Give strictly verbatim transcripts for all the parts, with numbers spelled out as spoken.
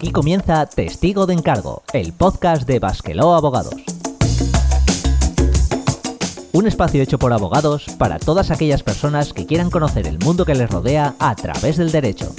Aquí comienza Testigo de Encargo, el podcast de Basqueló Abogados. Un espacio hecho por abogados para todas aquellas personas que quieran conocer el mundo que les rodea a través del derecho.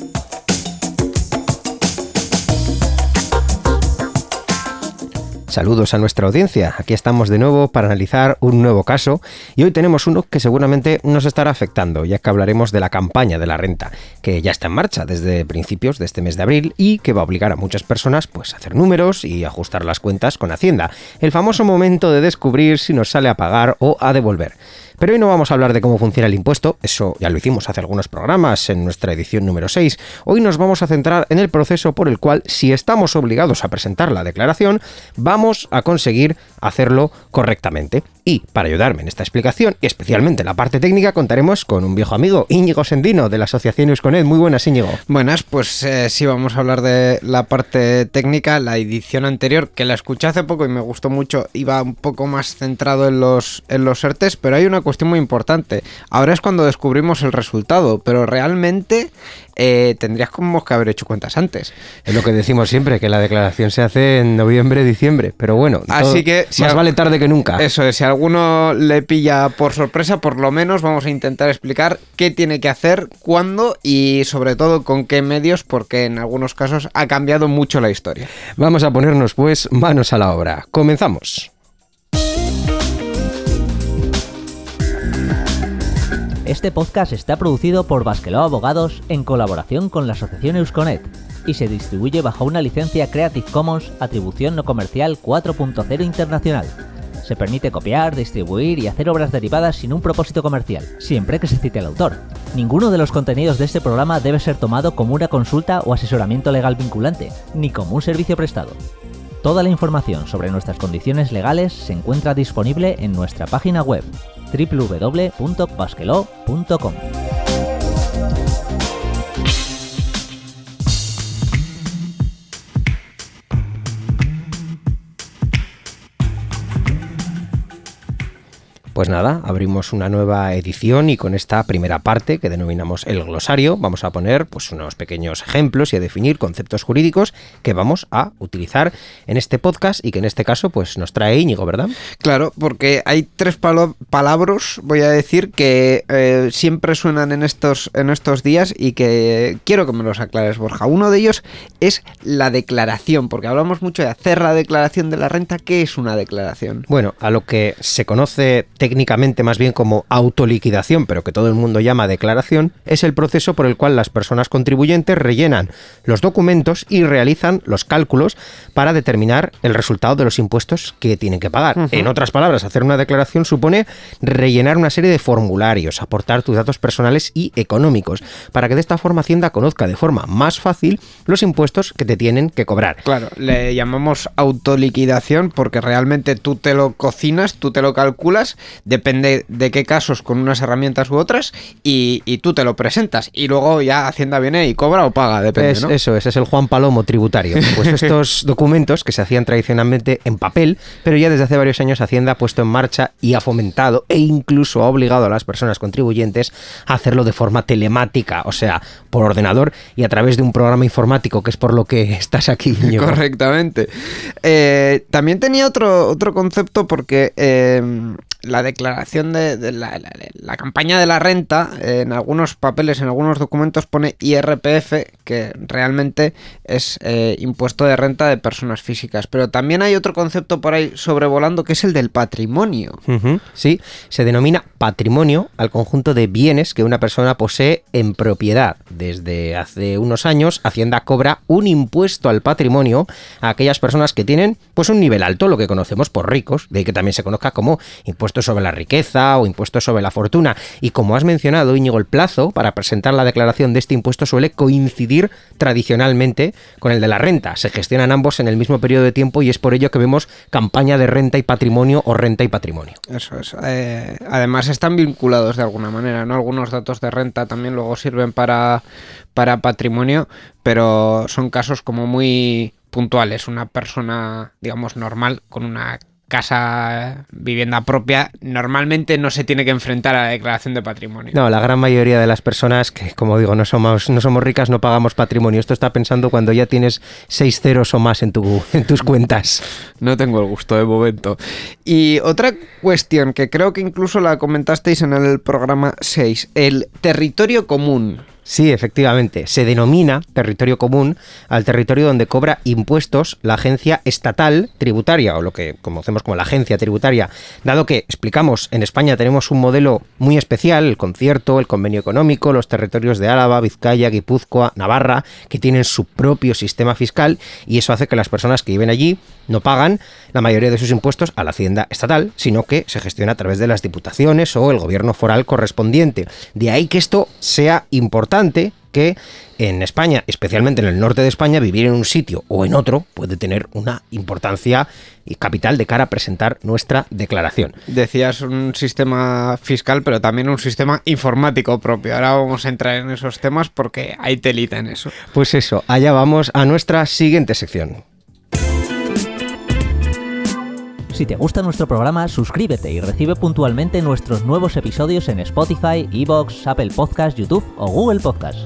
Saludos a nuestra audiencia, aquí estamos de nuevo para analizar un nuevo caso y hoy tenemos uno que seguramente nos estará afectando, ya que hablaremos de la campaña de la renta, que ya está en marcha desde principios de este mes de abril y que va a obligar a muchas personas pues, a hacer números y ajustar las cuentas con Hacienda, el famoso momento de descubrir si nos sale a pagar o a devolver. Pero hoy no vamos a hablar de cómo funciona el impuesto, eso ya lo hicimos hace algunos programas en nuestra edición número seis. Hoy nos vamos a centrar en el proceso por el cual, si estamos obligados a presentar la declaración, vamos a conseguir hacerlo correctamente. Y para ayudarme en esta explicación, y especialmente en la parte técnica, contaremos con un viejo amigo, Íñigo Sendino, de la Asociación Eusconet. Muy buenas, Íñigo. Buenas, pues eh, sí, vamos a hablar de la parte técnica. La edición anterior, que la escuché hace poco y me gustó mucho, iba un poco más centrado en los, en los ERTES, pero hay una cuestión muy importante. Ahora es cuando descubrimos el resultado, pero realmente eh, tendrías como que haber hecho cuentas antes. Es lo que decimos siempre, que la declaración se hace en noviembre, diciembre, pero bueno, así que si más a... vale tarde que nunca. Eso es, si a alguno le pilla por sorpresa, por lo menos vamos a intentar explicar qué tiene que hacer, cuándo y sobre todo con qué medios, porque en algunos casos ha cambiado mucho la historia. Vamos a ponernos pues manos a la obra. Comenzamos. Este podcast está producido por Basqueló Abogados en colaboración con la Asociación Eusconet y se distribuye bajo una licencia Creative Commons Atribución No Comercial cuatro punto cero Internacional. Se permite copiar, distribuir y hacer obras derivadas sin un propósito comercial, siempre que se cite al autor. Ninguno de los contenidos de este programa debe ser tomado como una consulta o asesoramiento legal vinculante, ni como un servicio prestado. Toda la información sobre nuestras condiciones legales se encuentra disponible en nuestra página web doble u doble u doble u punto basqueló punto com. Pues nada, abrimos una nueva edición y con esta primera parte que denominamos el glosario vamos a poner pues unos pequeños ejemplos y a definir conceptos jurídicos que vamos a utilizar en este podcast y que en este caso pues nos trae Íñigo, ¿verdad? Claro, porque hay tres palo- palabras, voy a decir, que eh, siempre suenan en estos, en estos días y que quiero que me los aclares, Borja. Uno de ellos es la declaración, porque hablamos mucho de hacer la declaración de la renta. ¿Qué es una declaración? Bueno, a lo que se conoce técnicamente más bien como autoliquidación, pero que todo el mundo llama declaración, es el proceso por el cual las personas contribuyentes rellenan los documentos y realizan los cálculos para determinar el resultado de los impuestos que tienen que pagar. Uh-huh. En otras palabras, hacer una declaración supone rellenar una serie de formularios, aportar tus datos personales y económicos, para que de esta forma Hacienda conozca de forma más fácil los impuestos que te tienen que cobrar. Claro, le llamamos autoliquidación porque realmente tú te lo cocinas, tú te lo calculas, depende de qué casos con unas herramientas u otras y, y tú te lo presentas y luego ya Hacienda viene y cobra o paga, depende, es, ¿no? Eso es, es el Juan Palomo tributario. Pues estos documentos que se hacían tradicionalmente en papel, pero ya desde hace varios años Hacienda ha puesto en marcha y ha fomentado e incluso ha obligado a las personas contribuyentes a hacerlo de forma telemática, o sea, por ordenador y a través de un programa informático, que es por lo que estás aquí, Íñigo. Correctamente. Eh, también tenía otro, otro concepto porque eh, la declaración de, de la, la, la campaña de la renta, eh, en algunos papeles, en algunos documentos pone I R P F, que realmente es eh, impuesto de renta de personas físicas. Pero también hay otro concepto por ahí sobrevolando que es el del patrimonio. Uh-huh. Sí, se denomina patrimonio al conjunto de bienes que una persona posee en propiedad. Desde hace unos años, Hacienda cobra un impuesto al patrimonio a aquellas personas que tienen pues un nivel alto, lo que conocemos por ricos, de ahí que también se conozca como impuesto sobre la riqueza o impuesto sobre la fortuna. Y como has mencionado, Íñigo, el plazo para presentar la declaración de este impuesto suele coincidir tradicionalmente con el de la renta. Se gestionan ambos en el mismo periodo de tiempo y es por ello que vemos campaña de renta y patrimonio o renta y patrimonio. Eso es. Eh, además están vinculados de alguna manera, ¿no? Algunos datos de renta también luego sirven para, para patrimonio, pero son casos como muy puntuales. Una persona, digamos, normal con una casa, vivienda propia, normalmente no se tiene que enfrentar a la declaración de patrimonio. No, la gran mayoría de las personas que, como digo, no somos, no somos ricas, no pagamos patrimonio. Esto está pensando cuando ya tienes seis ceros o más en, tu, en tus cuentas. No tengo el gusto de momento. Y otra cuestión que creo que incluso la comentasteis en el programa seis, el territorio común. Sí, efectivamente. Se denomina territorio común al territorio donde cobra impuestos la agencia estatal tributaria, o lo que conocemos como la agencia tributaria. Dado que, explicamos, en España tenemos un modelo muy especial, el concierto, el convenio económico, los territorios de Álava, Vizcaya, Guipúzcoa, Navarra, que tienen su propio sistema fiscal, y eso hace que las personas que viven allí no pagan la mayoría de sus impuestos a la hacienda estatal, sino que se gestiona a través de las diputaciones o el gobierno foral correspondiente. De ahí que esto sea importante, que en España, especialmente en el norte de España, vivir en un sitio o en otro puede tener una importancia y capital de cara a presentar nuestra declaración. Decías un sistema fiscal, pero también un sistema informático propio. Ahora vamos a entrar en esos temas porque hay telita en eso. Pues eso, allá vamos a nuestra siguiente sección. Si te gusta nuestro programa, suscríbete y recibe puntualmente nuestros nuevos episodios en Spotify, iVoox, Apple Podcasts, YouTube o Google Podcasts.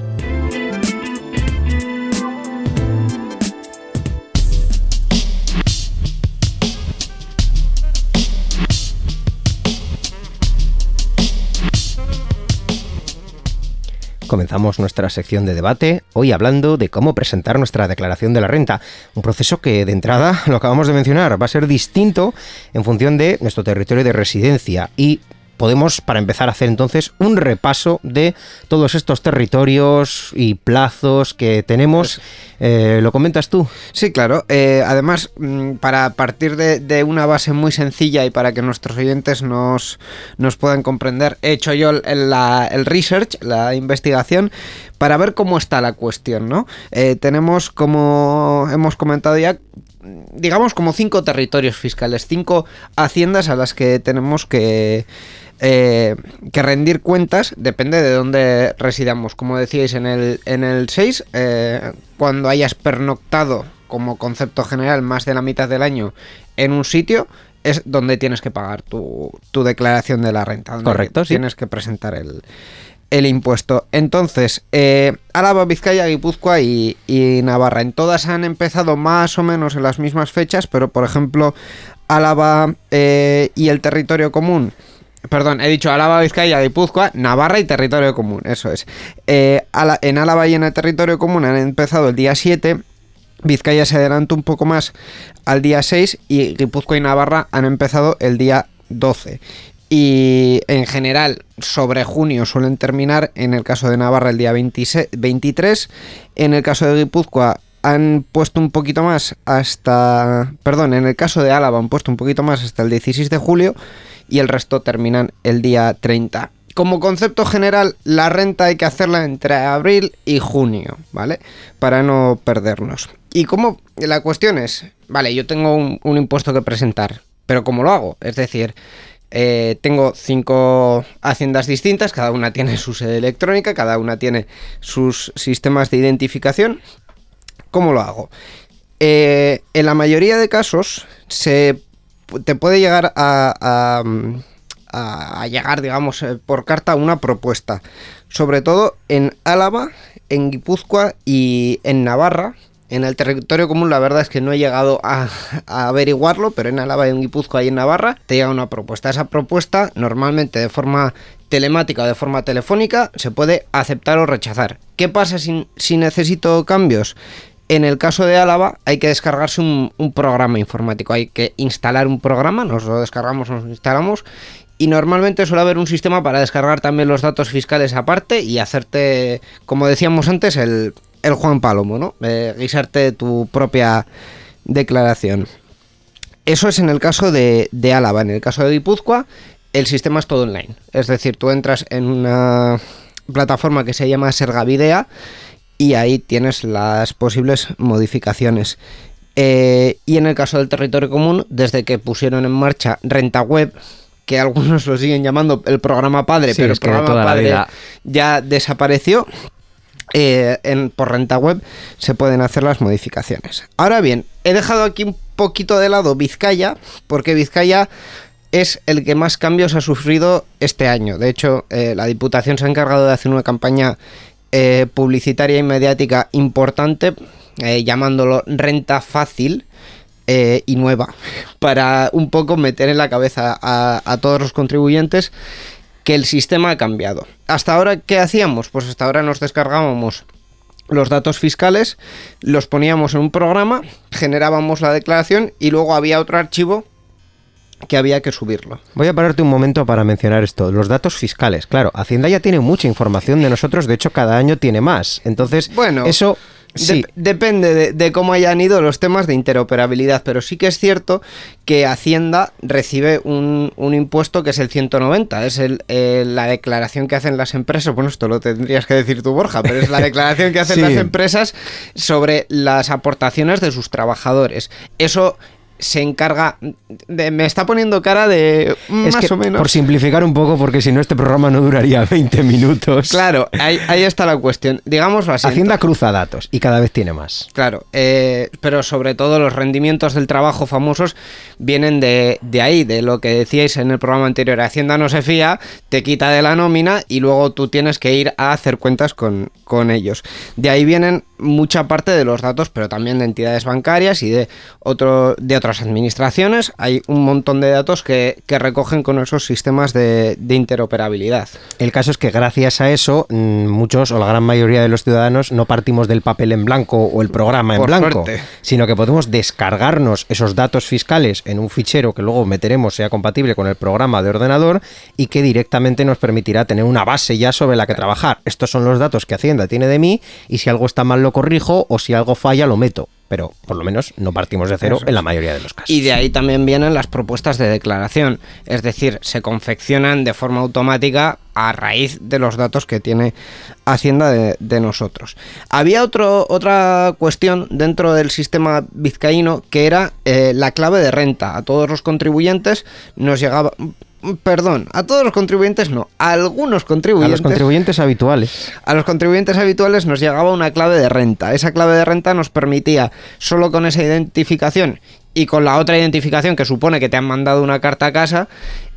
Comenzamos nuestra sección de debate, hoy hablando de cómo presentar nuestra declaración de la renta. Un proceso que, de entrada, lo acabamos de mencionar, va a ser distinto en función de nuestro territorio de residencia y podemos, para empezar, a hacer entonces un repaso de todos estos territorios y plazos que tenemos. Eh, ¿Lo comentas tú? Sí, claro. Eh, además, para partir de, de una base muy sencilla y para que nuestros oyentes nos, nos puedan comprender, he hecho yo el, la, el research, la investigación, para ver cómo está la cuestión, ¿no? Eh, tenemos, como hemos comentado ya, digamos como cinco territorios fiscales, cinco haciendas a las que tenemos que... Eh, que rendir cuentas, depende de dónde residamos. Como decíais en el, en el seis, eh, cuando hayas pernoctado como concepto general más de la mitad del año en un sitio, es donde tienes que pagar tu, tu declaración de la renta. Donde Correcto, sí. Tienes que presentar el, el impuesto. Entonces, eh, Álava, Vizcaya, Guipúzcoa y, y Navarra. En todas han empezado más o menos en las mismas fechas, pero por ejemplo, Álava eh, y el territorio común. Perdón, he dicho Álava, Vizcaya, Guipúzcoa, Navarra y territorio común, eso es. Eh, en Álava y en el territorio común han empezado el día siete, Vizcaya se adelanta un poco más al día seis y Guipúzcoa y Navarra han empezado el día doce. Y en general, sobre junio suelen terminar, en el caso de Navarra el día veintiséis, veintitrés, en el caso de Guipúzcoa han puesto un poquito más hasta... Perdón, en el caso de Álava han puesto un poquito más hasta el dieciséis de julio y el resto terminan el día treinta. Como concepto general, la renta hay que hacerla entre abril y junio, ¿vale? Para no perdernos. Y como la cuestión es, vale, yo tengo un, un impuesto que presentar, pero ¿cómo lo hago? Es decir, eh, tengo cinco haciendas distintas, cada una tiene su sede electrónica, cada una tiene sus sistemas de identificación. ¿Cómo lo hago? Eh, en la mayoría de casos se te puede llegar a, a, a llegar, digamos, por carta una propuesta, sobre todo en Álava, en Guipúzcoa y en Navarra. En el territorio común la verdad es que no he llegado a, a averiguarlo, pero en Álava, en Guipúzcoa y en Navarra te llega una propuesta. Esa propuesta normalmente de forma telemática o de forma telefónica se puede aceptar o rechazar. ¿Qué pasa si, si necesito cambios? En el caso de Álava hay que descargarse un, un programa informático, hay que instalar un programa, nos lo descargamos, nos lo instalamos y normalmente suele haber un sistema para descargar también los datos fiscales aparte y hacerte, como decíamos antes, el, el Juan Palomo, ¿no? Eh, guisarte tu propia declaración. Eso es en el caso de, de Álava. En el caso de Guipúzcoa el sistema es todo online, es decir, tú entras en una plataforma que se llama Sergavidea y ahí tienes las posibles modificaciones. Eh, y en el caso del territorio común, desde que pusieron en marcha Renta Web, que algunos lo siguen llamando el programa padre, sí, pero el programa padre ya desapareció, eh, en, por Renta Web se pueden hacer las modificaciones. Ahora bien, he dejado aquí un poquito de lado Vizcaya, porque Vizcaya es el que más cambios ha sufrido este año. De hecho, eh, la Diputación se ha encargado de hacer una campaña eh, publicitaria y mediática importante, eh, llamándolo Renta Fácil eh, y Nueva, para un poco meter en la cabeza a, a todos los contribuyentes que el sistema ha cambiado. Hasta ahora, ¿qué hacíamos? Pues hasta ahora nos descargábamos los datos fiscales, los poníamos en un programa, generábamos la declaración y luego había otro archivo que había que subirlo. Voy a pararte un momento para mencionar esto. Los datos fiscales. Claro, Hacienda ya tiene mucha información de nosotros, de hecho cada año tiene más. Entonces, bueno, eso... Sí. Dep- depende de, de cómo hayan ido los temas de interoperabilidad, pero sí que es cierto que Hacienda recibe un, un impuesto que es el ciento noventa, es el, eh, la declaración que hacen las empresas, bueno, esto lo tendrías que decir tú, Borja, pero es la declaración que hacen Sí. las empresas sobre las aportaciones de sus trabajadores. Eso se encarga de, me está poniendo cara de Es más que, o menos. por simplificar un poco, porque si no este programa no duraría veinte minutos. Claro, ahí, ahí está la cuestión. Digámoslo así. Hacienda cruza datos y cada vez tiene más. Claro, eh, pero sobre todo los rendimientos del trabajo famosos vienen de, de ahí, de lo que decíais en el programa anterior. Hacienda no se fía, te quita de la nómina y luego tú tienes que ir a hacer cuentas con, con ellos. De ahí vienen mucha parte de los datos, pero también de entidades bancarias y de, otro, de otras administraciones. Hay un montón de datos que, que recogen con esos sistemas de, de interoperabilidad. El caso es que gracias a eso, muchos o la gran mayoría de los ciudadanos no partimos del papel en blanco o el programa en Por blanco, suerte. sino que podemos descargarnos esos datos fiscales en un fichero que luego meteremos, sea compatible con el programa de ordenador y que directamente nos permitirá tener una base ya sobre la que trabajar. Estos son los datos que Hacienda tiene de mí y si algo está mal lo corrijo o si algo falla lo meto. Pero por lo menos no partimos de cero Eso es. en la mayoría de los casos. Y de ahí también vienen las propuestas de declaración, es decir, se confeccionan de forma automática a raíz de los datos que tiene Hacienda de, de nosotros. Había otro, otra cuestión dentro del sistema vizcaíno que era eh, la clave de renta. A todos los contribuyentes nos llegaba... Perdón, a todos los contribuyentes no, a algunos A contribuyentes... los contribuyentes habituales. A los contribuyentes habituales nos llegaba una clave de renta. Esa clave de renta nos permitía, solo con esa identificación y con la otra identificación que supone que te han mandado una carta a casa,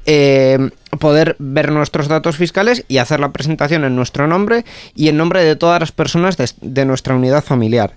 eh, poder ver nuestros datos fiscales y hacer la presentación en nuestro nombre y en nombre de todas las personas de, de nuestra unidad familiar.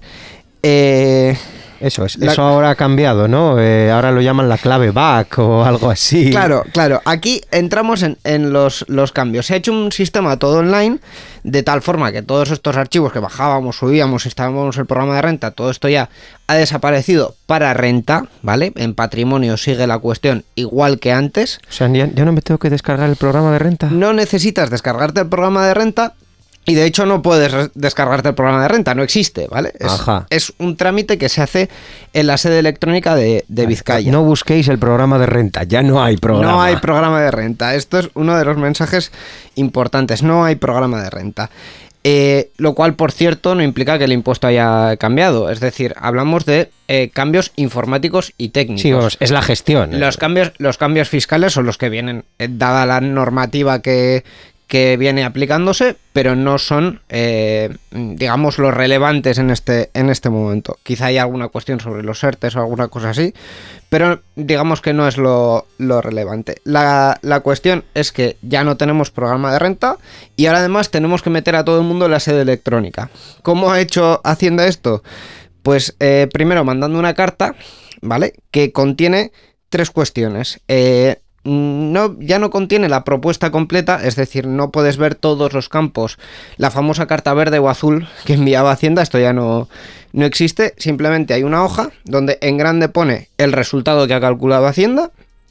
Eh... Eso es, La- eso ahora ha cambiado, ¿no? Eh, ahora lo llaman la clave back o algo así. Claro, claro. Aquí entramos en, en los, los cambios. Se ha hecho un sistema todo online, de tal forma que todos estos archivos que bajábamos, subíamos, instalamos el programa de renta, todo esto ya ha desaparecido para renta, ¿vale? En patrimonio sigue la cuestión igual que antes. O sea, ya, ya no me tengo que descargar el programa de renta. No necesitas descargarte el programa de renta. Y de hecho no puedes res- descargarte el programa de renta, no existe, ¿vale? Es, Ajá. es un trámite que se hace en la sede electrónica de, de Vizcaya. No busquéis el programa de renta, ya no hay programa. No hay programa de renta. Esto es uno de los mensajes importantes. No hay programa de renta. Eh, lo cual, por cierto, no implica que el impuesto haya cambiado. Es decir, hablamos de eh, cambios informáticos y técnicos. Sí, vamos, es la gestión. Los cambios, los cambios fiscales son los que vienen, eh, dada la normativa que, que viene aplicándose, pero no son, eh, digamos, los relevantes en este, en este momento. Quizá haya alguna cuestión sobre los ERTES o alguna cosa así, pero digamos que no es lo, lo relevante. La, la cuestión es que ya no tenemos programa de renta y ahora además tenemos que meter a todo el mundo en la sede electrónica. ¿Cómo ha hecho Hacienda esto? Pues eh, primero mandando una carta, ¿vale? Que contiene tres cuestiones. Eh, no, ya no contiene la propuesta completa, es decir, no puedes ver todos los campos. La famosa carta verde o azul que enviaba Hacienda, esto ya no, no existe. Simplemente hay una hoja donde en grande pone el resultado que ha calculado Hacienda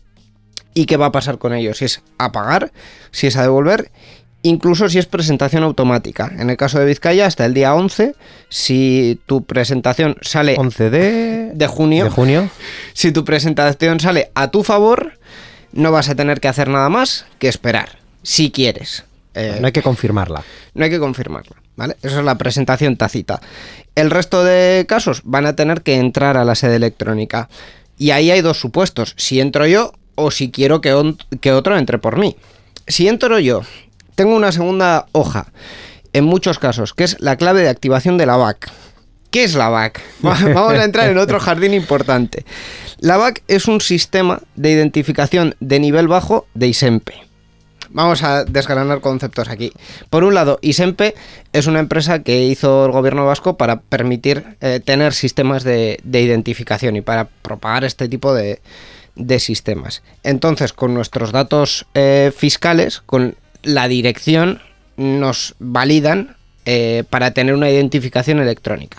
y qué va a pasar con ello. Si es a pagar, si es a devolver, incluso si es presentación automática. En el caso de Vizcaya, hasta el día once, si tu presentación sale once de... de junio, de junio. si tu presentación sale a tu favor, no vas a tener que hacer nada más que esperar, si quieres. Eh, No hay que confirmarla. no hay que confirmarla, ¿vale? Esa es la presentación tácita. El resto de casos van a tener que entrar a la sede electrónica. Y ahí hay dos supuestos, si entro yo o si quiero que, on- que otro entre por mí. Si entro yo, tengo una segunda hoja, en muchos casos, que es la clave de activación de la V A C. ¿Qué es la V A C? Vamos a entrar en otro jardín importante. La V A C es un sistema de identificación de nivel bajo de ISEMPE. Vamos a desgranar conceptos aquí. Por un lado, ISEMPE es una empresa que hizo el gobierno vasco para permitir eh, tener sistemas de, de identificación y para propagar este tipo de, de sistemas. Entonces, con nuestros datos eh, fiscales, con la dirección, nos validan eh, para tener una identificación electrónica.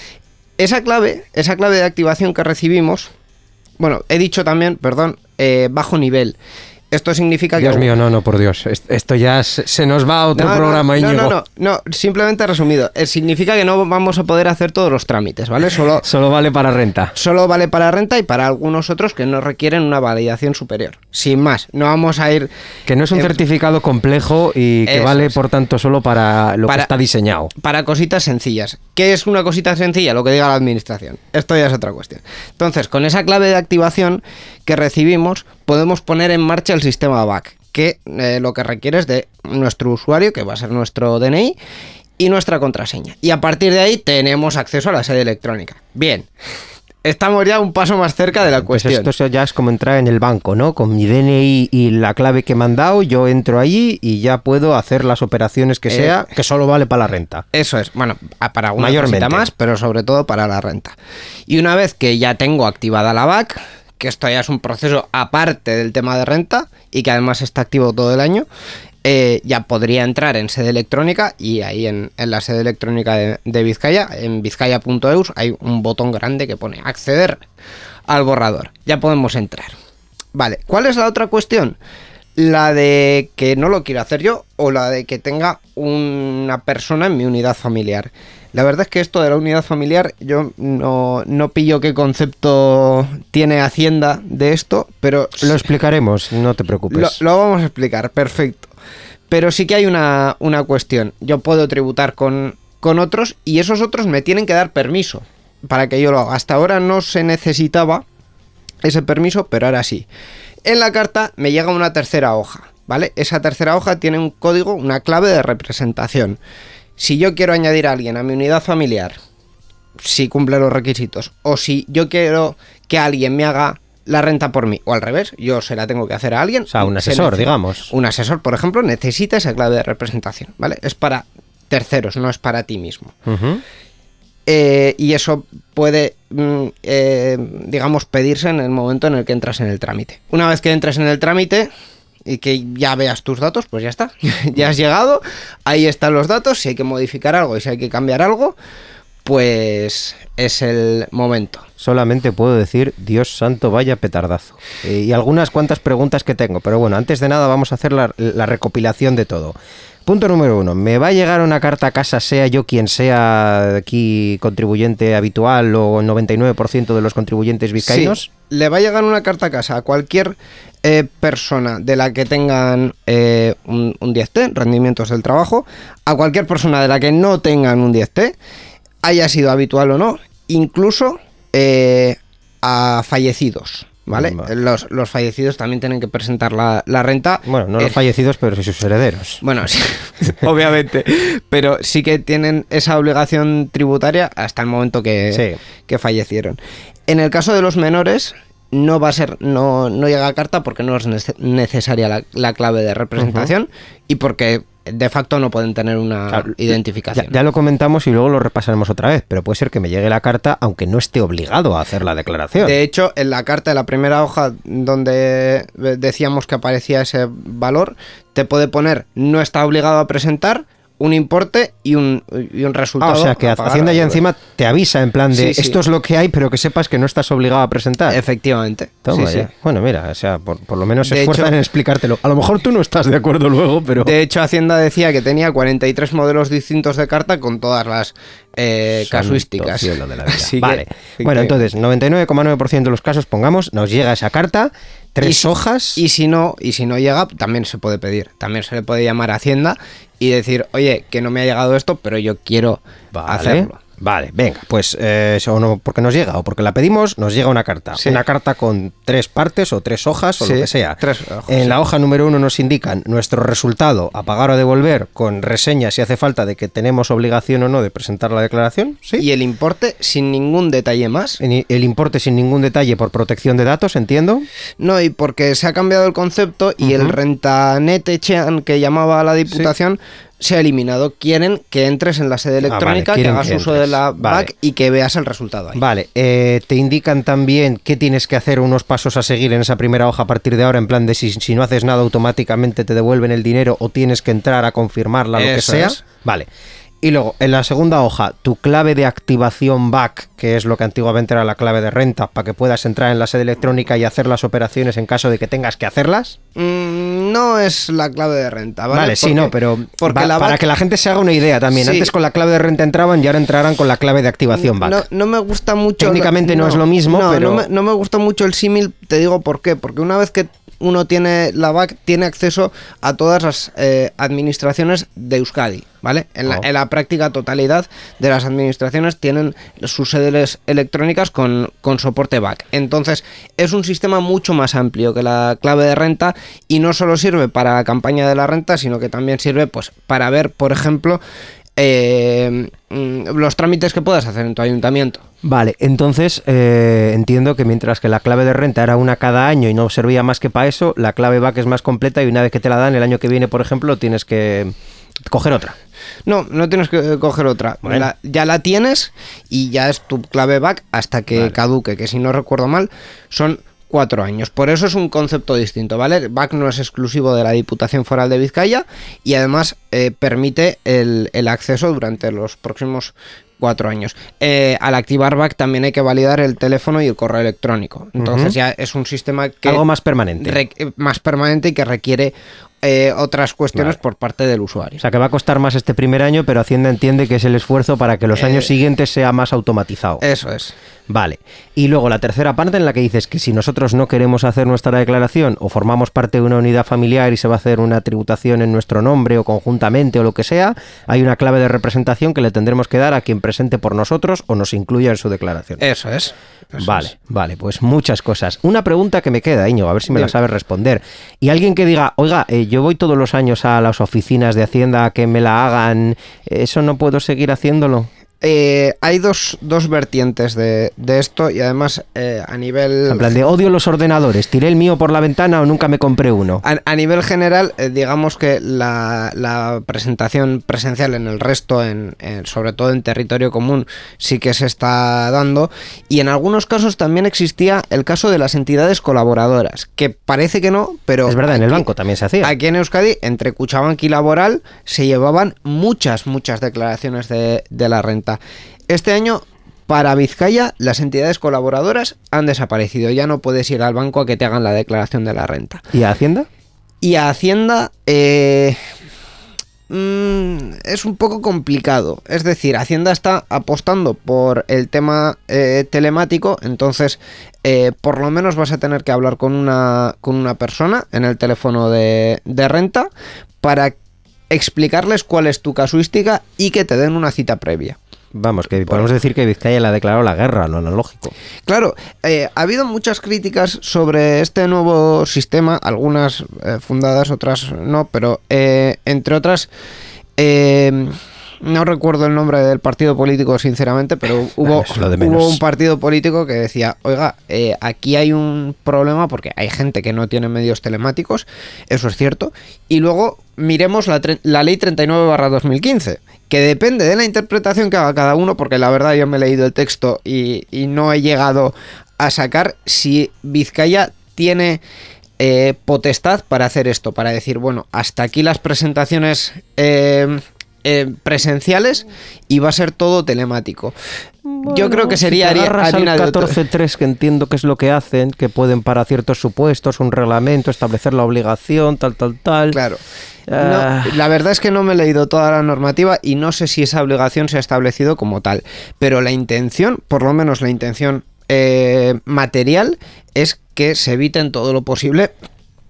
Esa clave, esa clave de activación que recibimos, bueno, he dicho también, perdón, eh, bajo nivel. Esto significa que... Dios mío, no, no, por Dios. Esto ya se, se nos va a otro no, programa, no, Íñigo. No, no, no, no, simplemente resumido. Eh, significa que no vamos a poder hacer todos los trámites, ¿vale? Solo, Solo vale para renta. Solo vale para renta y para algunos otros que no requieren una validación superior. Sin más, no vamos a ir... Que no es un eh, certificado complejo y que vale, es. por tanto, solo para lo para, que está diseñado. Para cositas sencillas. ¿Qué es una cosita sencilla? Lo que diga la administración. Esto ya es otra cuestión. Entonces, con esa clave de activación que recibimos, podemos poner en marcha el sistema V A C, que eh, lo que requiere es de nuestro usuario, que va a ser nuestro D N I, y nuestra contraseña. Y a partir de ahí tenemos acceso a la sede electrónica. Bien, estamos ya un paso más cerca de la cuestión. Entonces esto ya es como entrar en el banco, ¿no? Con mi D N I y la clave que me han dado, yo entro allí y ya puedo hacer las operaciones que eh, sea, que solo vale para la renta. Eso es, bueno, para una cosita más, pero sobre todo para la renta. Y una vez que ya tengo activada la V A C, que esto ya es un proceso aparte del tema de renta y que además está activo todo el año, eh, ya podría entrar en sede electrónica y ahí en, en la sede electrónica de, de Vizcaya, en vizcaya punto eus, hay un botón grande que pone acceder al borrador. Ya podemos entrar. Vale, ¿cuál es la otra cuestión? La de que no lo quiero hacer yo o la de que tenga una persona en mi unidad familiar. La verdad es que esto de la unidad familiar, yo no, no pillo qué concepto tiene Hacienda de esto, pero... Lo explicaremos, no te preocupes. Lo, lo vamos a explicar, perfecto. Pero sí que hay una, una cuestión. Yo puedo tributar con, con otros y esos otros me tienen que dar permiso para que yo lo haga. Hasta ahora no se necesitaba ese permiso, pero ahora sí. En la carta me llega una tercera hoja, ¿vale? Esa tercera hoja tiene un código, una clave de representación. Si yo quiero añadir a alguien a mi unidad familiar, si cumple los requisitos, o si yo quiero que alguien me haga la renta por mí, o al revés, yo se la tengo que hacer a alguien. O sea, un asesor, digamos. Un asesor, por ejemplo, necesita esa clave de representación, ¿vale? Es para terceros, no es para ti mismo. Uh-huh. Eh, y eso puede, mm, eh, digamos, pedirse en el momento en el que entras en el trámite. Una vez que entres en el trámite y que ya veas tus datos, pues ya está. Ya has llegado, ahí están los datos. Si hay que modificar algo y si hay que cambiar algo, pues es el momento. Solamente puedo decir, Dios santo, vaya petardazo. Eh, y algunas cuantas preguntas que tengo, pero bueno, antes de nada vamos a hacer la, la recopilación de todo. Punto número uno, ¿me va a llegar una carta a casa, sea yo quien sea aquí contribuyente habitual o el noventa y nueve por ciento de los contribuyentes vizcaínos? Sí, le va a llegar una carta a casa a cualquier eh, persona de la que tengan eh, un, un diez T, rendimientos del trabajo, a cualquier persona de la que no tengan un diez T, haya sido habitual o no, incluso eh, a fallecidos. ¿Vale? Vale. Los, los fallecidos también tienen que presentar la, la renta. Bueno, no los eh, fallecidos, pero sí sus herederos. Bueno, sí, obviamente. Pero sí que tienen esa obligación tributaria hasta el momento que, sí. que fallecieron. En el caso de los menores, no va a ser, no, no llega a carta porque no es necesaria la, la clave de representación uh-huh. y porque de facto no pueden tener una claro, identificación. Ya, ya lo comentamos y luego lo repasaremos otra vez, pero puede ser que me llegue la carta aunque no esté obligado a hacer la declaración. De hecho, en la carta de la primera hoja donde decíamos que aparecía ese valor, te puede poner no está obligado a presentar un importe y un, y un resultado. Ah, o sea que Hacienda ya encima te avisa en plan de sí, sí. esto es lo que hay, pero que sepas que no estás obligado a presentar. Efectivamente. Toma, sí, sí. Bueno, mira, o sea, por, por lo menos se esfuerzan hecho, en explicártelo. A lo mejor tú no estás de acuerdo luego, pero... De hecho, Hacienda decía que tenía cuarenta y tres modelos distintos de carta con todas las eh, casuísticas. Cielo de la vida. Vale. Que, bueno, que... entonces, noventa y nueve coma nueve por ciento de los casos, pongamos, nos llega esa carta, tres y, hojas... Y si no, y si no llega, también se puede pedir. También se le puede llamar a Hacienda y decir, oye, que no me ha llegado esto, pero yo quiero vale. hacerlo. Vale, venga, pues eh, o no, porque nos llega o porque la pedimos, nos llega una carta. Sí. Una carta con tres partes o tres hojas o sí, lo que sea. Tres ojos, en sí. la hoja número uno nos indican nuestro resultado a pagar o devolver con reseña si hace falta de que tenemos obligación o no de presentar la declaración. ¿Sí? Y el importe sin ningún detalle más. El, el importe sin ningún detalle por protección de datos, entiendo. No, y porque se ha cambiado el concepto y uh-huh. el Rentanet Chean que llamaba a la Diputación... Sí. Se ha eliminado. Quieren que entres en la sede electrónica, ah, vale. que hagas que uso de la vale. B A C y que veas el resultado ahí. Vale, eh, te indican también qué tienes que hacer, unos pasos a seguir en esa primera hoja a partir de ahora, en plan de si, si no haces nada automáticamente te devuelven el dinero o tienes que entrar a confirmarla, lo Eso que sea. Es. Vale. Y luego, en la segunda hoja, tu clave de activación B A C, que es lo que antiguamente era la clave de renta, para que puedas entrar en la sede electrónica y hacer las operaciones en caso de que tengas que hacerlas. Mm, no es la clave de renta, ¿vale? Vale, porque, sí, no, pero porque va, la para B A C... que la gente se haga una idea también. Sí. Antes con la clave de renta entraban y ahora entrarán con la clave de activación B A C. No, no me gusta mucho... Técnicamente no, no es lo mismo, no, pero... No me, no me gusta mucho el símil, te digo por qué. Porque una vez que uno tiene la B A C, tiene acceso a todas las eh, administraciones de Euskadi, ¿vale? En la, oh. en la práctica totalidad de las administraciones tienen sus sedes electrónicas con, con soporte B A C. Entonces, es un sistema mucho más amplio que la clave de renta y no solo sirve para la campaña de la renta, sino que también sirve pues para ver, por ejemplo, eh, los trámites que puedas hacer en tu ayuntamiento. Vale, entonces eh, entiendo que mientras que la clave de renta era una cada año y no servía más que para eso, la clave B A C es más completa y una vez que te la dan el año que viene, por ejemplo, tienes que coger otra. No, no tienes que coger otra. Bueno. La, ya la tienes y ya es tu clave B A C hasta que vale. caduque, que si no recuerdo mal son cuatro años. Por eso es un concepto distinto, ¿vale? B A C no es exclusivo de la Diputación Foral de Vizcaya y además eh, permite el, el acceso durante los próximos cuatro años. Eh, al activar B A C también hay que validar el teléfono y el correo electrónico. Entonces uh-huh. ya es un sistema que... Algo más permanente. Re, más permanente y que requiere eh, otras cuestiones vale. por parte del usuario. O sea que va a costar más este primer año, pero Hacienda entiende que es el esfuerzo para que los eh, años siguientes sea más automatizado. Eso es. Vale. Y luego la tercera parte en la que dices que si nosotros no queremos hacer nuestra declaración o formamos parte de una unidad familiar y se va a hacer una tributación en nuestro nombre o conjuntamente o lo que sea, hay una clave de representación que le tendremos que dar a quien presente por nosotros o nos incluya en su declaración. Eso es. Eso vale, es. vale, pues muchas cosas. Una pregunta que me queda, Íñigo, a ver si me Bien. la sabes responder. Y alguien que diga, oiga, eh, yo voy todos los años a las oficinas de Hacienda a que me la hagan, ¿eso no puedo seguir haciéndolo? Eh, hay dos, dos vertientes de, de esto y además eh, a nivel... En plan de odio los ordenadores, tiré el mío por la ventana o nunca me compré uno. A, a nivel general, eh, digamos que la, la presentación presencial en el resto, en, en, sobre todo en territorio común, sí que se está dando y en algunos casos también existía el caso de las entidades colaboradoras, que parece que no, pero... Es verdad, aquí, en el banco también se hacía. Aquí en Euskadi, entre Kutxabank y Laboral, se llevaban muchas, muchas declaraciones de, de la renta. Este año, para Vizcaya, las entidades colaboradoras han desaparecido. Ya no puedes ir al banco a que te hagan la declaración de la renta. ¿Y a Hacienda? Y a Hacienda eh, mmm, es un poco complicado. Es decir, Hacienda está apostando por el tema eh, telemático, entonces eh, por lo menos vas a tener que hablar con una, con una persona en el teléfono de, de renta para explicarles cuál es tu casuística y que te den una cita previa. Vamos, que podemos decir que Vizcaya le ha declarado la guerra, lo lógico. Claro, eh, ha habido muchas críticas sobre este nuevo sistema, algunas eh, fundadas, otras no, pero eh, entre otras... Eh, no recuerdo el nombre del partido político, sinceramente, pero hubo, hubo un partido político que decía, oiga, eh, aquí hay un problema porque hay gente que no tiene medios telemáticos, eso es cierto, y luego miremos la, la ley treinta y nueve barra dos mil quince, que depende de la interpretación que haga cada uno, porque la verdad yo me he leído el texto y, y no he llegado a sacar si Vizcaya tiene... Eh, potestad para hacer esto, para decir, bueno, hasta aquí las presentaciones... Eh, Eh, presenciales y va a ser todo telemático. Bueno, yo creo que sería si harina al de catorce punto tres, que entiendo que es lo que hacen, que pueden para ciertos supuestos, un reglamento, establecer la obligación, tal, tal, tal. Claro. Ah. No, la verdad es que no me he leído toda la normativa y no sé si esa obligación se ha establecido como tal, pero la intención, por lo menos la intención eh, material, es que se eviten todo lo posible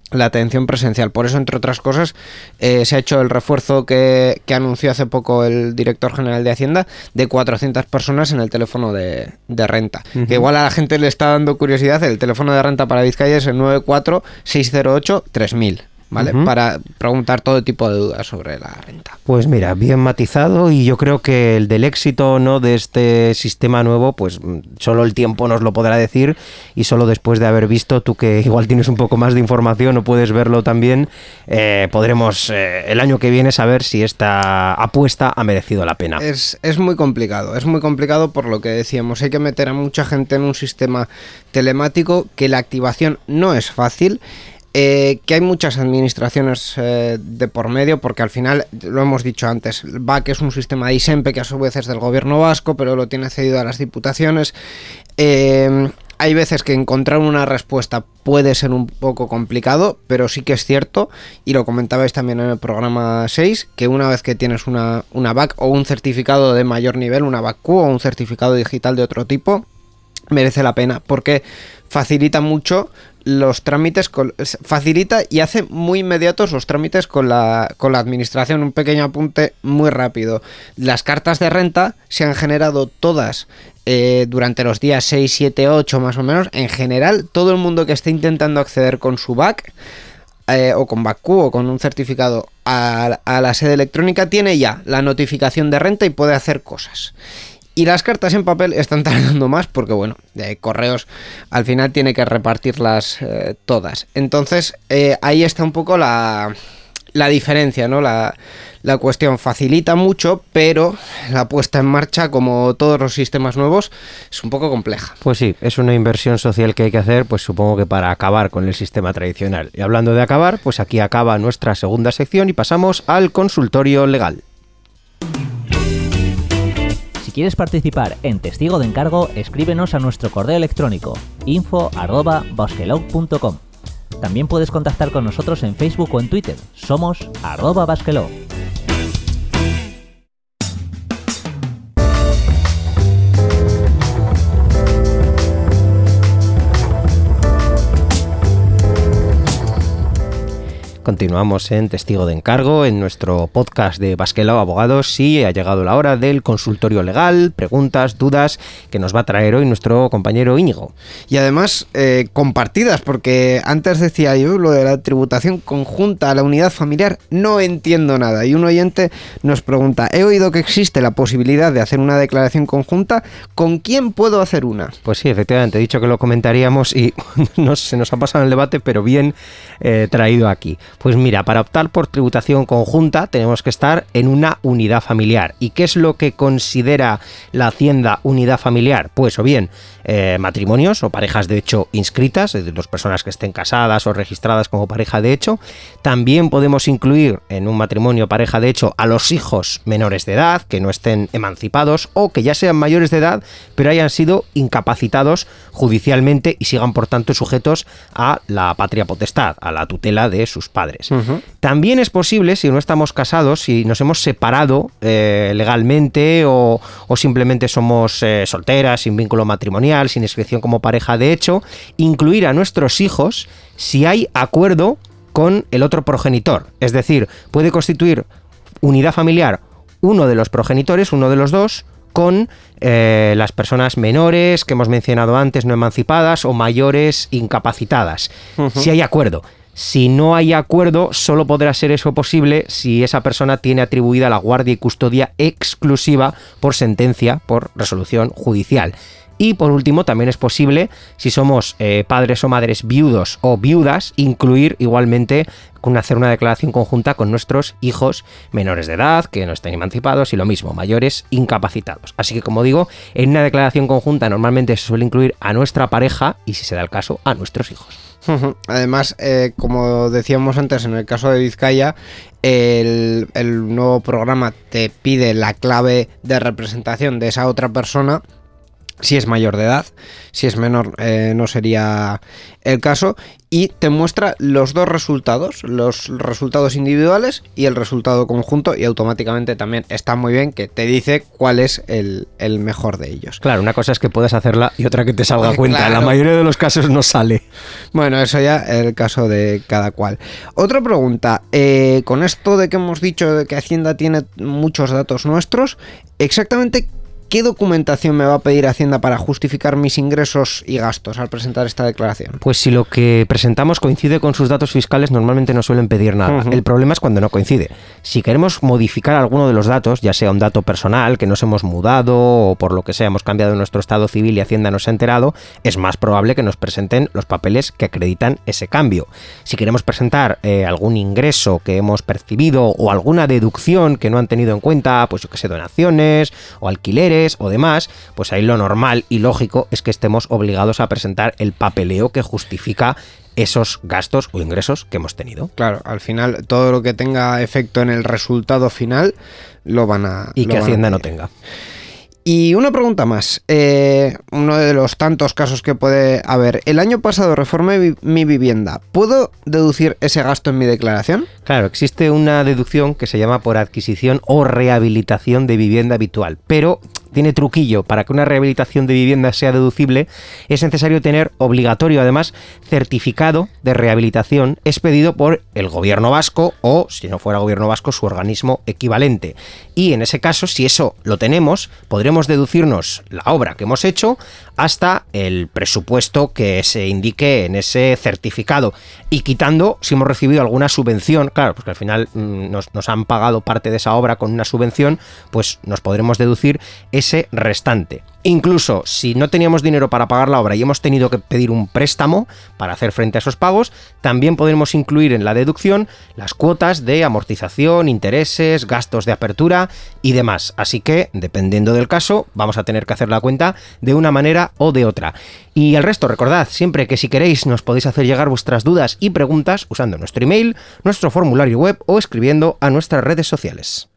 la atención presencial. Por eso, entre otras cosas, eh, se ha hecho el refuerzo que, que anunció hace poco el director general de Hacienda de cuatrocientas personas en el teléfono de, de renta. Uh-huh. Que igual a la gente le está dando curiosidad, el teléfono de renta para Vizcaya es el nueve cuatro seis cero ocho tres mil. ¿Vale? Uh-huh. Para preguntar todo tipo de dudas sobre la renta. Pues mira, bien matizado, y yo creo que el del éxito o no de este sistema nuevo, pues solo el tiempo nos lo podrá decir, y solo después de haber visto, tú que igual tienes un poco más de información o puedes verlo también, eh, podremos eh, el año que viene saber si esta apuesta ha merecido la pena. Es, es muy complicado, es muy complicado por lo que decíamos, hay que meter a mucha gente en un sistema telemático que la activación no es fácil. Eh, que hay muchas administraciones eh, de por medio, porque al final, lo hemos dicho antes, el B A C es un sistema de ISEMPE que a su vez es del gobierno vasco, pero lo tiene cedido a las diputaciones. Eh, hay veces que encontrar una respuesta puede ser un poco complicado, pero sí que es cierto, y lo comentabais también en el programa seis, que una vez que tienes una, una B A C o un certificado de mayor nivel, una B A C Q o un certificado digital de otro tipo, merece la pena, porque facilita mucho los trámites, con, facilita y hace muy inmediatos los trámites con la, con la administración. Un pequeño apunte muy rápido. Las cartas de renta se han generado todas eh, durante los días seis, siete, ocho más o menos. En general, todo el mundo que esté intentando acceder con su B A C eh, o con B A C Q o con un certificado a, a la sede electrónica tiene ya la notificación de renta y puede hacer cosas. Y las cartas en papel están tardando más porque, bueno, eh, Correos al final tiene que repartirlas eh, todas. Entonces, eh, ahí está un poco la, la diferencia, ¿no? La, la cuestión facilita mucho, pero la puesta en marcha, como todos los sistemas nuevos, es un poco compleja. Pues sí, es una inversión social que hay que hacer, pues supongo que para acabar con el sistema tradicional. Y hablando de acabar, pues aquí acaba nuestra segunda sección y pasamos al consultorio legal. Si quieres participar en Testigo de Encargo, escríbenos a nuestro correo electrónico info arroba basquelog punto com. También puedes contactar con nosotros en Facebook o en Twitter. Somos arroba basquelog. Continuamos en Testigo de Encargo, en nuestro podcast de Basquelao Abogados, y ha llegado la hora del consultorio legal, preguntas, dudas, que nos va a traer hoy nuestro compañero Íñigo. Y además eh, compartidas, porque antes decía yo lo de la tributación conjunta a la unidad familiar, no entiendo nada. Y un oyente nos pregunta, he oído que existe la posibilidad de hacer una declaración conjunta, ¿con quién puedo hacer una? Pues sí, efectivamente, he dicho que lo comentaríamos y nos, se nos ha pasado el debate, pero bien eh, traído aquí. Pues mira, para optar por tributación conjunta tenemos que estar en una unidad familiar. ¿Y qué es lo que considera la Hacienda unidad familiar? Pues o bien eh, matrimonios o parejas de hecho inscritas, es decir, dos personas que estén casadas o registradas como pareja de hecho. También podemos incluir en un matrimonio o pareja de hecho a los hijos menores de edad, que no estén emancipados o que ya sean mayores de edad, pero hayan sido incapacitados judicialmente y sigan por tanto sujetos a la patria potestad, a la tutela de sus padres. Uh-huh. También es posible, si no estamos casados, si nos hemos separado eh, legalmente o, o simplemente somos eh, solteras, sin vínculo matrimonial, sin inscripción como pareja de hecho, incluir a nuestros hijos si hay acuerdo con el otro progenitor. Es decir, puede constituir unidad familiar uno de los progenitores, uno de los dos, con eh, las personas menores que hemos mencionado antes, no emancipadas, o mayores incapacitadas. Uh-huh. Si hay acuerdo. Si no hay acuerdo, solo podrá ser eso posible si esa persona tiene atribuida la guardia y custodia exclusiva por sentencia, por resolución judicial. Y por último, también es posible, si somos eh, padres o madres viudos o viudas, incluir igualmente con hacer una declaración conjunta con nuestros hijos menores de edad, que no estén emancipados, y lo mismo, mayores incapacitados. Así que, como digo, en una declaración conjunta normalmente se suele incluir a nuestra pareja y, si se da el caso, a nuestros hijos. Además, eh, como decíamos antes, en el caso de Vizcaya, el, el nuevo programa te pide la clave de representación de esa otra persona. si es mayor de edad. Si es menor, eh, no sería el caso. Y te muestra los dos resultados, los resultados individuales y el resultado conjunto, y automáticamente también está muy bien que te dice cuál es el, el mejor de ellos. Claro, una cosa es que puedas hacerla y otra que te salga a cuenta. Claro. En la mayoría de los casos no sale. Bueno, eso ya es el caso de cada cual. Otra pregunta, eh, con esto de que hemos dicho de que Hacienda tiene muchos datos nuestros, exactamente ¿qué documentación me va a pedir Hacienda para justificar mis ingresos y gastos al presentar esta declaración? Pues si lo que presentamos coincide con sus datos fiscales, normalmente no suelen pedir nada. Uh-huh. El problema es cuando no coincide. Si queremos modificar alguno de los datos, ya sea un dato personal, que nos hemos mudado o por lo que sea hemos cambiado nuestro estado civil y Hacienda nos ha enterado, es más probable que nos presenten los papeles que acreditan ese cambio. Si queremos presentar eh, algún ingreso que hemos percibido o alguna deducción que no han tenido en cuenta, pues yo que sé, donaciones o alquileres o demás, pues ahí lo normal y lógico es que estemos obligados a presentar el papeleo que justifica esos gastos o ingresos que hemos tenido. Claro, al final todo lo que tenga efecto en el resultado final lo van a... Y que Hacienda no tenga. Y una pregunta más, eh, uno de los tantos casos que puede haber. El año pasado reformé vi- mi vivienda. ¿Puedo deducir ese gasto en mi declaración? Claro, existe una deducción que se llama por adquisición o rehabilitación de vivienda habitual, pero tiene truquillo. Para que una rehabilitación de vivienda sea deducible, es necesario tener obligatorio, además, certificado de rehabilitación expedido por el gobierno vasco o, si no fuera gobierno vasco, su organismo equivalente. Y en ese caso, si eso lo tenemos, podremos deducirnos la obra que hemos hecho hasta el presupuesto que se indique en ese certificado, y quitando si hemos recibido alguna subvención. Claro, porque al final mmm, nos, nos han pagado parte de esa obra con una subvención, pues nos podremos deducir ese restante. Incluso si no teníamos dinero para pagar la obra y hemos tenido que pedir un préstamo para hacer frente a esos pagos, también podremos incluir en la deducción las cuotas de amortización, intereses, gastos de apertura y demás. Así que, dependiendo del caso, vamos a tener que hacer la cuenta de una manera o de otra. Y el resto, recordad siempre que si queréis nos podéis hacer llegar vuestras dudas y preguntas usando nuestro email, nuestro formulario web o escribiendo a nuestras redes sociales.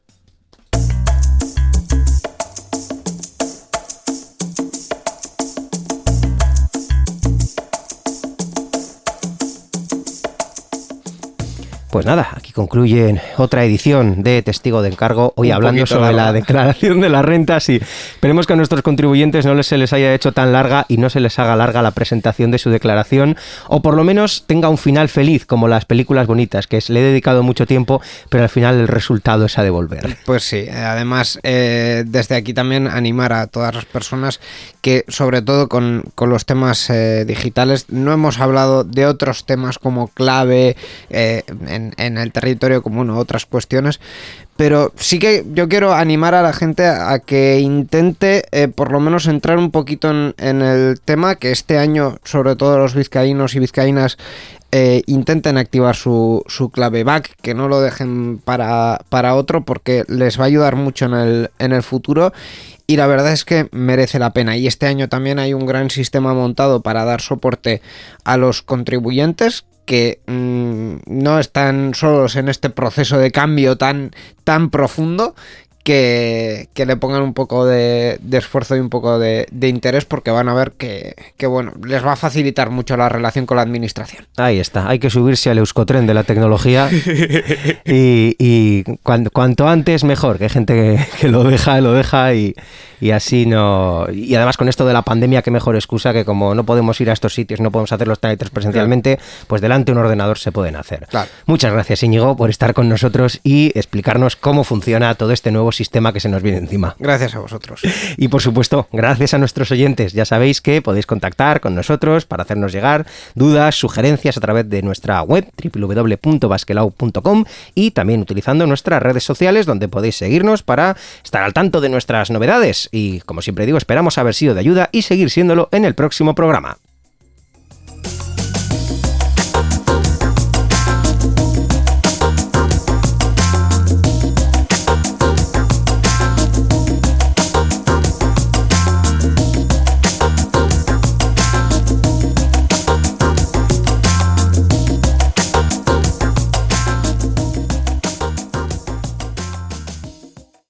Pues nada, aquí concluye otra edición de Testigo de Encargo, hoy Un hablando sobre larga. la declaración de las rentas, y esperemos que a nuestros contribuyentes no les, se les haya hecho tan larga y no se les haga larga la presentación de su declaración, o por lo menos tenga un final feliz, como las películas bonitas, que es, le he dedicado mucho tiempo, pero al final el resultado es a devolver. Pues sí, además eh, desde aquí también animar a todas las personas que, sobre todo con, con los temas eh, digitales, no hemos hablado de otros temas como clave, eh, en En, en el territorio común o otras cuestiones, pero sí que yo quiero animar a la gente a, a que intente eh, por lo menos entrar un poquito en, en el tema, que este año sobre todo los vizcaínos y vizcaínas eh, intenten activar su, su clave back, que no lo dejen para, para otro, porque les va a ayudar mucho en el, en el futuro. Y la verdad es que merece la pena. Y este año también hay un gran sistema montado para dar soporte a los contribuyentes que mmm, no están solos en este proceso de cambio tan, tan profundo, que, que le pongan un poco de, de esfuerzo y un poco de, de interés, porque van a ver que, que bueno, les va a facilitar mucho la relación con la administración. Ahí está, hay que subirse al euskotren de la tecnología y, y cuanto, cuanto antes mejor, que hay gente que, que lo deja, lo deja y, y así no... Y además con esto de la pandemia, qué mejor excusa que como no podemos ir a estos sitios, no podemos hacer los trámites presencialmente, claro, pues delante de un ordenador se pueden hacer. Claro. Muchas gracias, Íñigo, por estar con nosotros y explicarnos cómo funciona todo este nuevo sistema que se nos viene encima. Gracias a vosotros. Y por supuesto, gracias a nuestros oyentes. Ya sabéis que podéis contactar con nosotros para hacernos llegar dudas, sugerencias a través de nuestra web doble u doble u doble u punto basquelau punto com y también utilizando nuestras redes sociales, donde podéis seguirnos para estar al tanto de nuestras novedades. Y como siempre digo, esperamos haber sido de ayuda y seguir siéndolo en el próximo programa.